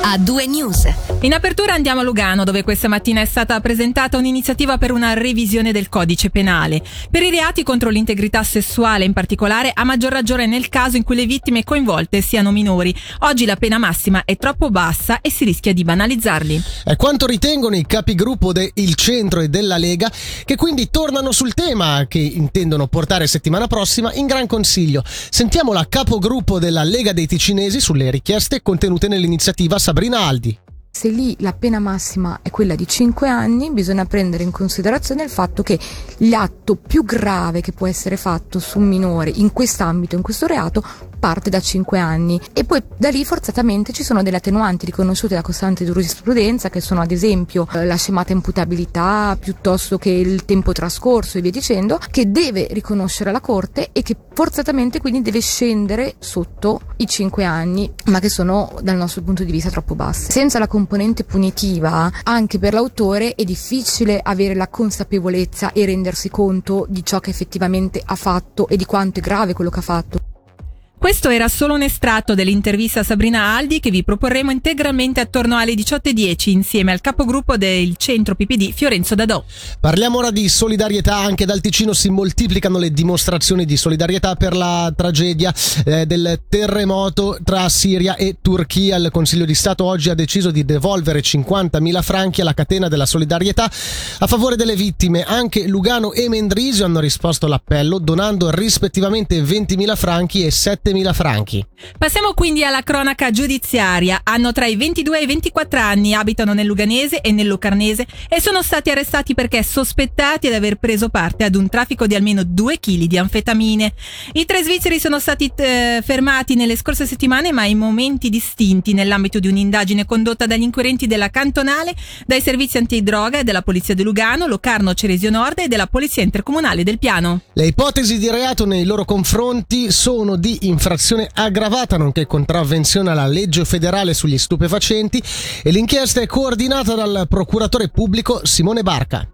A2 News. In apertura andiamo a Lugano, dove questa mattina è stata presentata un'iniziativa per una revisione del codice penale. Per i reati contro l'integrità sessuale in particolare, a maggior ragione nel caso in cui le vittime coinvolte siano minori. Oggi la pena massima è troppo bassa e si rischia di banalizzarli. È quanto ritengono i capigruppo del Centro e della Lega, che quindi tornano sul tema che intendono portare settimana prossima in Gran Consiglio. Sentiamo la capogruppo della Lega dei Ticinesi sulle richieste contenute nell'iniziativa, Sabrina Aldi. Se lì la pena massima è quella di 5 anni, bisogna prendere in considerazione il fatto che l'atto più grave che può essere fatto su un minore in quest'ambito, in questo reato, parte da 5 anni e poi da lì forzatamente ci sono delle attenuanti riconosciute da costante giurisprudenza, che sono ad esempio la scemata imputabilità piuttosto che il tempo trascorso e via dicendo, che deve riconoscere la Corte e che forzatamente quindi deve scendere sotto i 5 anni, ma che sono dal nostro punto di vista troppo basse. Senza la componente punitiva, anche per l'autore è difficile avere la consapevolezza e rendersi conto di ciò che effettivamente ha fatto e di quanto è grave quello che ha fatto. Questo era solo un estratto dell'intervista a Sabrina Aldi, che vi proporremo integralmente attorno alle 18:10 insieme al capogruppo del centro PPD Fiorenzo Dadò. Parliamo ora di solidarietà. Anche dal Ticino si moltiplicano le dimostrazioni di solidarietà per la tragedia del terremoto tra Siria e Turchia. Il Consiglio di Stato oggi ha deciso di devolvere 50.000 franchi alla catena della solidarietà a favore delle vittime. Anche Lugano e Mendrisio hanno risposto all'appello, donando rispettivamente 20.000 franchi e 7.000 franchi. Passiamo quindi alla cronaca giudiziaria. Hanno tra i 22 e i 24 anni, abitano nel Luganese e nel Locarnese e sono stati arrestati perché sospettati di aver preso parte ad un traffico di almeno 2 kg di anfetamine. I 3 svizzeri sono stati fermati nelle scorse settimane, ma in momenti distinti, nell'ambito di un'indagine condotta dagli inquirenti della cantonale, dai servizi antidroga e della polizia di Lugano, Locarno, Ceresio Nord e della polizia intercomunale del Piano. Le ipotesi di reato nei loro confronti sono di infrazione aggravata nonché contravvenzione alla legge federale sugli stupefacenti e l'inchiesta è coordinata dal procuratore pubblico Simone Barca.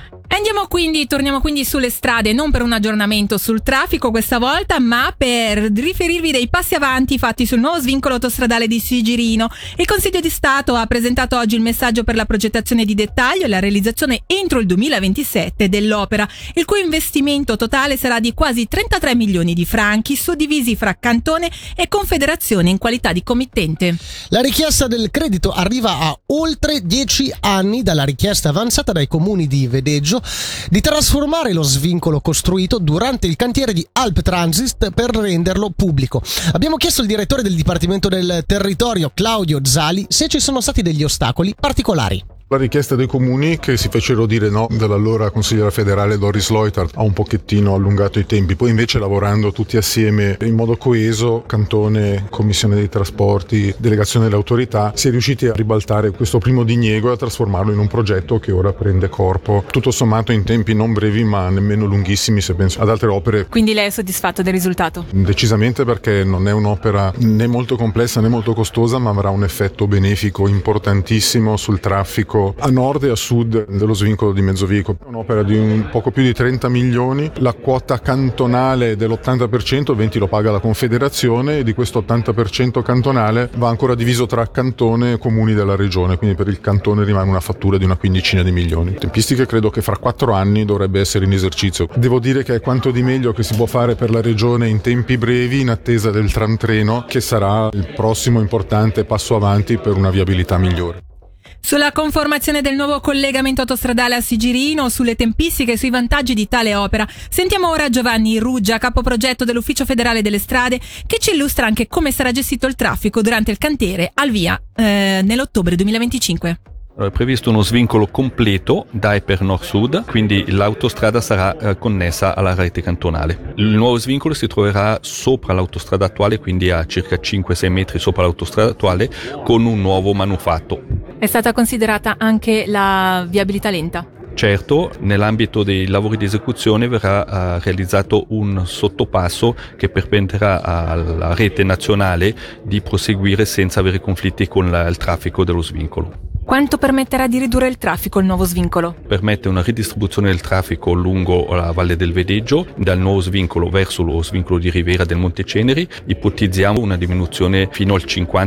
Torniamo quindi sulle strade, non per un aggiornamento sul traffico questa volta, ma per riferirvi dei passi avanti fatti sul nuovo svincolo autostradale di Sigirino. Il Consiglio di Stato ha presentato oggi il messaggio per la progettazione di dettaglio e la realizzazione entro il 2027 dell'opera, il cui investimento totale sarà di quasi 33 milioni di franchi, suddivisi fra Cantone e Confederazione in qualità di committente. La richiesta del credito arriva a oltre 10 anni dalla richiesta avanzata dai comuni di Vedeggio di trasformare lo svincolo costruito durante il cantiere di Alp Transit per renderlo pubblico. Abbiamo chiesto al direttore del Dipartimento del Territorio, Claudio Zali, se ci sono stati degli ostacoli particolari. La richiesta dei comuni, che si fecero dire no dall'allora consigliera federale Doris Leuthard, ha un pochettino allungato i tempi. Poi invece, lavorando tutti assieme in modo coeso, Cantone, Commissione dei Trasporti, Delegazione delle Autorità, si è riusciti a ribaltare questo primo diniego e a trasformarlo in un progetto che ora prende corpo, tutto sommato in tempi non brevi ma nemmeno lunghissimi se penso ad altre opere. Quindi lei è soddisfatto del risultato? Decisamente, perché non è un'opera né molto complessa né molto costosa, ma avrà un effetto benefico importantissimo sul traffico a nord e a sud dello svincolo di Mezzovico. È un'opera di un poco più di 30 milioni, la quota cantonale è dell'80%, il 20% lo paga la Confederazione e di questo 80% cantonale va ancora diviso tra Cantone e comuni della regione, quindi per il Cantone rimane una fattura di una quindicina di milioni. Tempistiche credo che fra 4 anni dovrebbe essere in esercizio. Devo dire che è quanto di meglio che si può fare per la regione in tempi brevi, in attesa del tram treno, che sarà il prossimo importante passo avanti per una viabilità migliore. Sulla conformazione del nuovo collegamento autostradale a Sigirino, sulle tempistiche e sui vantaggi di tale opera, sentiamo ora Giovanni Ruggia, capoprogetto dell'Ufficio Federale delle Strade, che ci illustra anche come sarà gestito il traffico durante il cantiere al via nell'ottobre 2025. È previsto uno svincolo completo da e per nord-sud, quindi l'autostrada sarà connessa alla rete cantonale. Il nuovo svincolo si troverà sopra l'autostrada attuale, quindi a circa 5-6 metri sopra l'autostrada attuale, con un nuovo manufatto. È stata considerata anche la viabilità lenta? Certo, nell'ambito dei lavori di esecuzione verrà realizzato un sottopasso che permetterà alla rete nazionale di proseguire senza avere conflitti con il traffico dello svincolo. Quanto permetterà di ridurre il traffico il nuovo svincolo? Permette una ridistribuzione del traffico lungo la Valle del Vedeggio, dal nuovo svincolo verso lo svincolo di Rivera del Monte Ceneri. Ipotizziamo una diminuzione fino al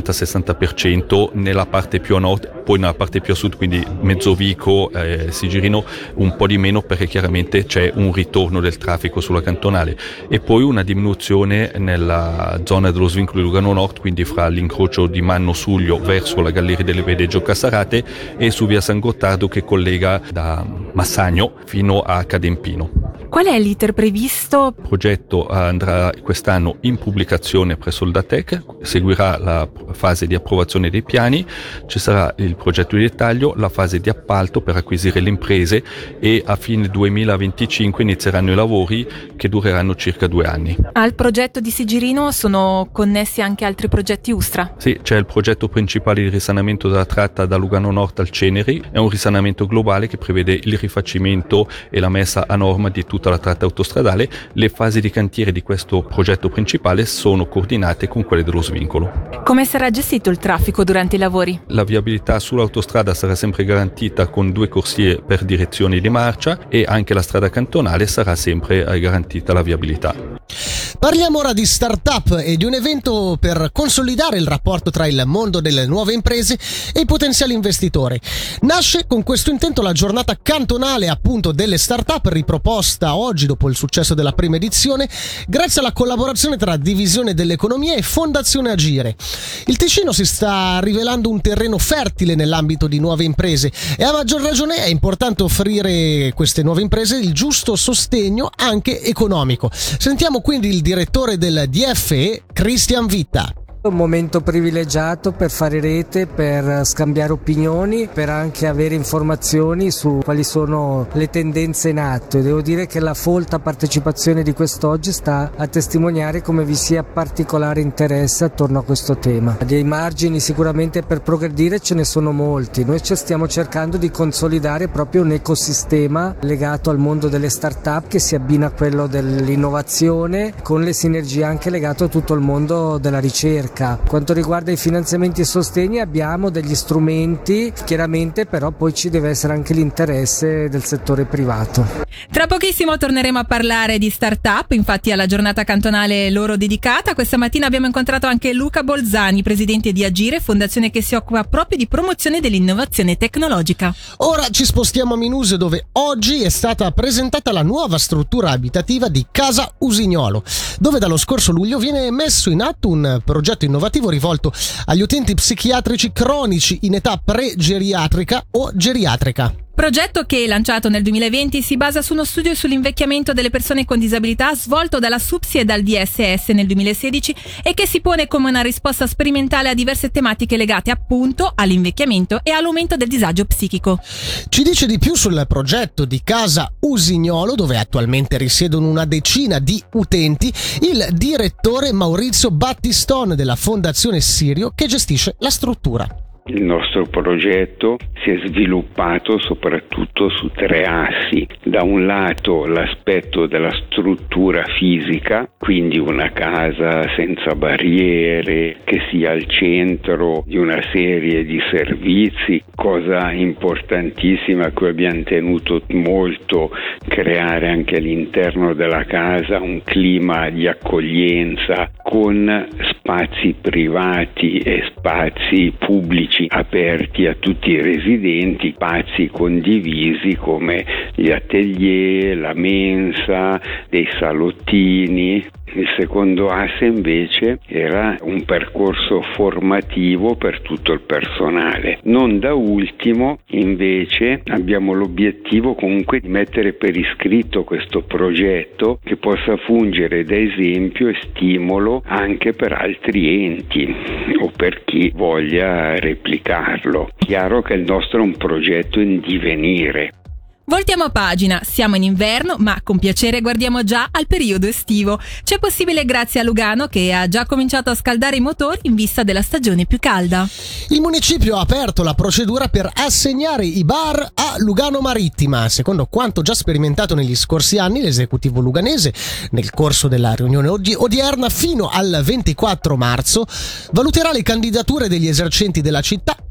50-60% nella parte più a nord, poi nella parte più a sud, quindi Mezzovico, Sigirino, un po' di meno perché chiaramente c'è un ritorno del traffico sulla cantonale, e poi una diminuzione nella zona dello svincolo di Lugano Nord, quindi fra l'incrocio di Manno Suglio verso la Galleria del Vedeggio Cassarate e su via San Gottardo che collega da Massagno fino a Cadempino. Qual è l'iter previsto? Il progetto andrà quest'anno in pubblicazione presso il DATEC, seguirà la fase di approvazione dei piani, ci sarà il progetto di dettaglio, la fase di appalto per acquisire le imprese e a fine 2025 inizieranno i lavori che dureranno circa 2 anni. Al progetto di Sigirino sono connessi anche altri progetti Ustra? Sì, c'è il progetto principale di risanamento della tratta da Lugano Nord al Ceneri, è un risanamento globale che prevede il rifacimento e la messa a norma di tutta la tratta autostradale. Le fasi di cantiere di questo progetto principale sono coordinate con quelle dello svincolo. Come sarà gestito il traffico durante i lavori? La viabilità sull'autostrada sarà sempre garantita con 2 corsie per direzioni di marcia e anche la strada cantonale sarà sempre garantita la viabilità. Parliamo ora di start-up e di un evento per consolidare il rapporto tra il mondo delle nuove imprese e i potenziali investitori. Nasce con questo intento la giornata cantonale appunto delle start-up, riproposta oggi dopo il successo della prima edizione grazie alla collaborazione tra Divisione dell'Economia e Fondazione Agire. Il Ticino si sta rivelando un terreno fertile nell'ambito di nuove imprese e a maggior ragione è importante offrire a queste nuove imprese il giusto sostegno anche economico. Sentiamo quindi il direttore del DFE, Cristian Vitta. Un momento privilegiato per fare rete, per scambiare opinioni, per anche avere informazioni su quali sono le tendenze in atto, e devo dire che la folta partecipazione di quest'oggi sta a testimoniare come vi sia particolare interesse attorno a questo tema. Dei margini sicuramente per progredire ce ne sono molti, noi stiamo cercando di consolidare proprio un ecosistema legato al mondo delle start-up che si abbina a quello dell'innovazione con le sinergie anche legato a tutto il mondo della ricerca. Quanto riguarda i finanziamenti e sostegni abbiamo degli strumenti, chiaramente però poi ci deve essere anche l'interesse del settore privato. Tra pochissimo torneremo a parlare di start-up, infatti alla giornata cantonale loro dedicata. Questa mattina abbiamo incontrato anche Luca Bolzani, presidente di Agire, fondazione che si occupa proprio di promozione dell'innovazione tecnologica. Ora ci spostiamo a Minusio, dove oggi è stata presentata la nuova struttura abitativa di Casa Usignolo, dove dallo scorso luglio viene messo in atto un progetto innovativo rivolto agli utenti psichiatrici cronici in età pre-geriatrica o geriatrica. Progetto che, lanciato nel 2020, si basa su uno studio sull'invecchiamento delle persone con disabilità svolto dalla SUPSI e dal DSS nel 2016 e che si pone come una risposta sperimentale a diverse tematiche legate appunto all'invecchiamento e all'aumento del disagio psichico. Ci dice di più sul progetto di Casa Usignolo, dove attualmente risiedono una decina di utenti, il direttore Maurizio Battistone della Fondazione Sirio che gestisce la struttura. Il nostro progetto si è sviluppato soprattutto su 3 assi. Da un lato l'aspetto della struttura fisica, quindi una casa senza barriere, che sia al centro di una serie di servizi, cosa importantissima a cui abbiamo tenuto molto, creare anche all'interno della casa un clima di accoglienza con spazi privati e spazi pubblici aperti a tutti i residenti, spazi condivisi come gli atelier, la mensa, dei salottini. Il secondo asse invece era un percorso formativo per tutto il personale. Non da ultimo invece abbiamo l'obiettivo comunque di mettere per iscritto questo progetto che possa fungere da esempio e stimolo anche per altri enti o per chi voglia replicarlo. Chiaro che il nostro è un progetto in divenire. Voltiamo a pagina, siamo in inverno ma con piacere guardiamo già al periodo estivo. C'è possibile grazie a Lugano che ha già cominciato a scaldare i motori in vista della stagione più calda. Il municipio ha aperto la procedura per assegnare i bar a Lugano Marittima. Secondo quanto già sperimentato negli scorsi anni, l'esecutivo luganese nel corso della riunione odierna fino al 24 marzo valuterà le candidature degli esercenti della città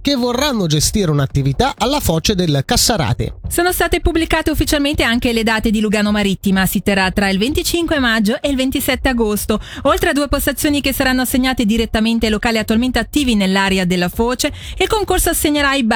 che vorranno gestire un'attività alla foce del Cassarate. Sono state pubblicate ufficialmente anche le date di Lugano Marittima. Si terrà tra il 25 maggio e il 27 agosto. Oltre a 2 postazioni che saranno assegnate direttamente ai locali attualmente attivi nell'area della foce, il concorso assegnerà ai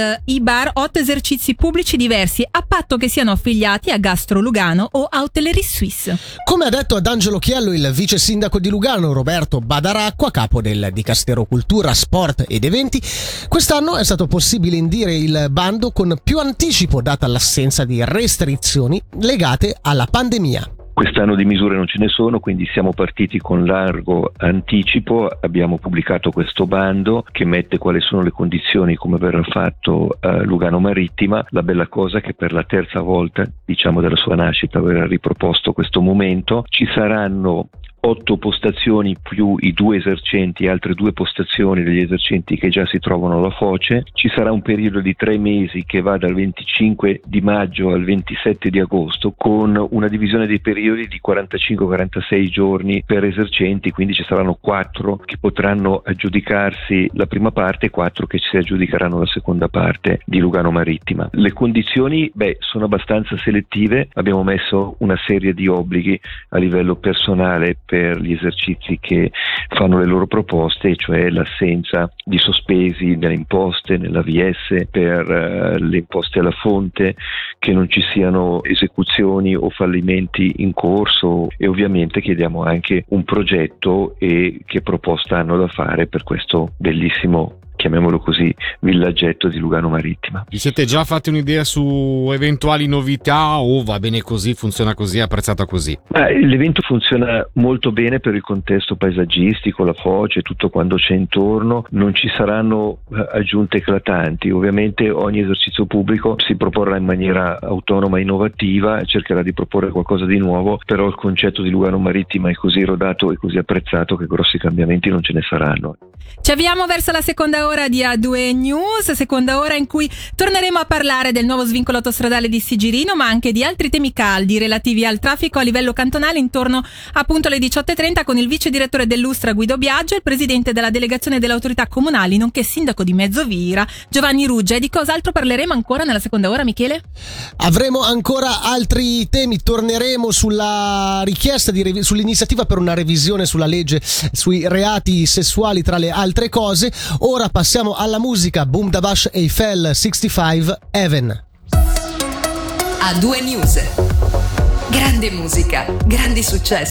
bar 8 esercizi pubblici diversi, a patto che siano affiliati a Gastro Lugano o a Hotellerie Suisse. Come ha detto ad Angelo Chiello il vice sindaco di Lugano Roberto Badaracqua, capo del Dicastero Cultura, Sport ed Eventi, quest'anno è stato possibile indire il bando con più anticipo data l'assenza di restrizioni legate alla pandemia. Quest'anno di misure non ce ne sono, quindi siamo partiti con largo anticipo, abbiamo pubblicato questo bando che mette quali sono le condizioni come verrà fatto a Lugano Marittima. La bella cosa è che per la terza volta, diciamo della sua nascita, verrà riproposto questo momento. Ci saranno 8 postazioni più i 2 esercenti, altre 2 postazioni degli esercenti che già si trovano alla foce. Ci sarà un periodo di 3 mesi che va dal 25 di maggio al 27 di agosto con una divisione dei periodi di 45-46 giorni per esercenti, quindi ci saranno 4 che potranno aggiudicarsi la prima parte e 4 che si aggiudicheranno la seconda parte di Lugano Marittima. Le condizioni sono abbastanza selettive, abbiamo messo una serie di obblighi a livello personale per gli esercizi che fanno le loro proposte, cioè l'assenza di sospesi nelle imposte, nell'AVS, per le imposte alla fonte, che non ci siano esecuzioni o fallimenti in corso, e ovviamente chiediamo anche un progetto e che proposta hanno da fare per questo bellissimo, chiamiamolo così, villaggetto di Lugano Marittima. Vi siete già fatti un'idea su eventuali novità o va bene così, funziona così, è apprezzata così? L'evento funziona molto bene per il contesto paesaggistico, la foce, tutto quando c'è intorno, non ci saranno aggiunte eclatanti. Ovviamente ogni esercizio pubblico si proporrà in maniera autonoma e innovativa, cercherà di proporre qualcosa di nuovo, però il concetto di Lugano Marittima è così rodato e così apprezzato che grossi cambiamenti non ce ne saranno. Ci avviamo verso la seconda ora di A2 News, seconda ora in cui torneremo a parlare del nuovo svincolo autostradale di Sigirino, ma anche di altri temi caldi relativi al traffico a livello cantonale intorno appunto alle 18:30 con il vice direttore dell'Ustra Guido Biagio e il presidente della delegazione delle autorità comunali nonché sindaco di Mezzovira Giovanni Ruggia. E di cos'altro parleremo ancora nella seconda ora, Michele? Avremo ancora altri temi, torneremo sulla richiesta sull'iniziativa per una revisione sulla legge sui reati sessuali tra le altre cose. Ora passiamo alla musica. Boom Dabash Eiffel 65 Heaven. A2 News. Grande musica, grandi successi.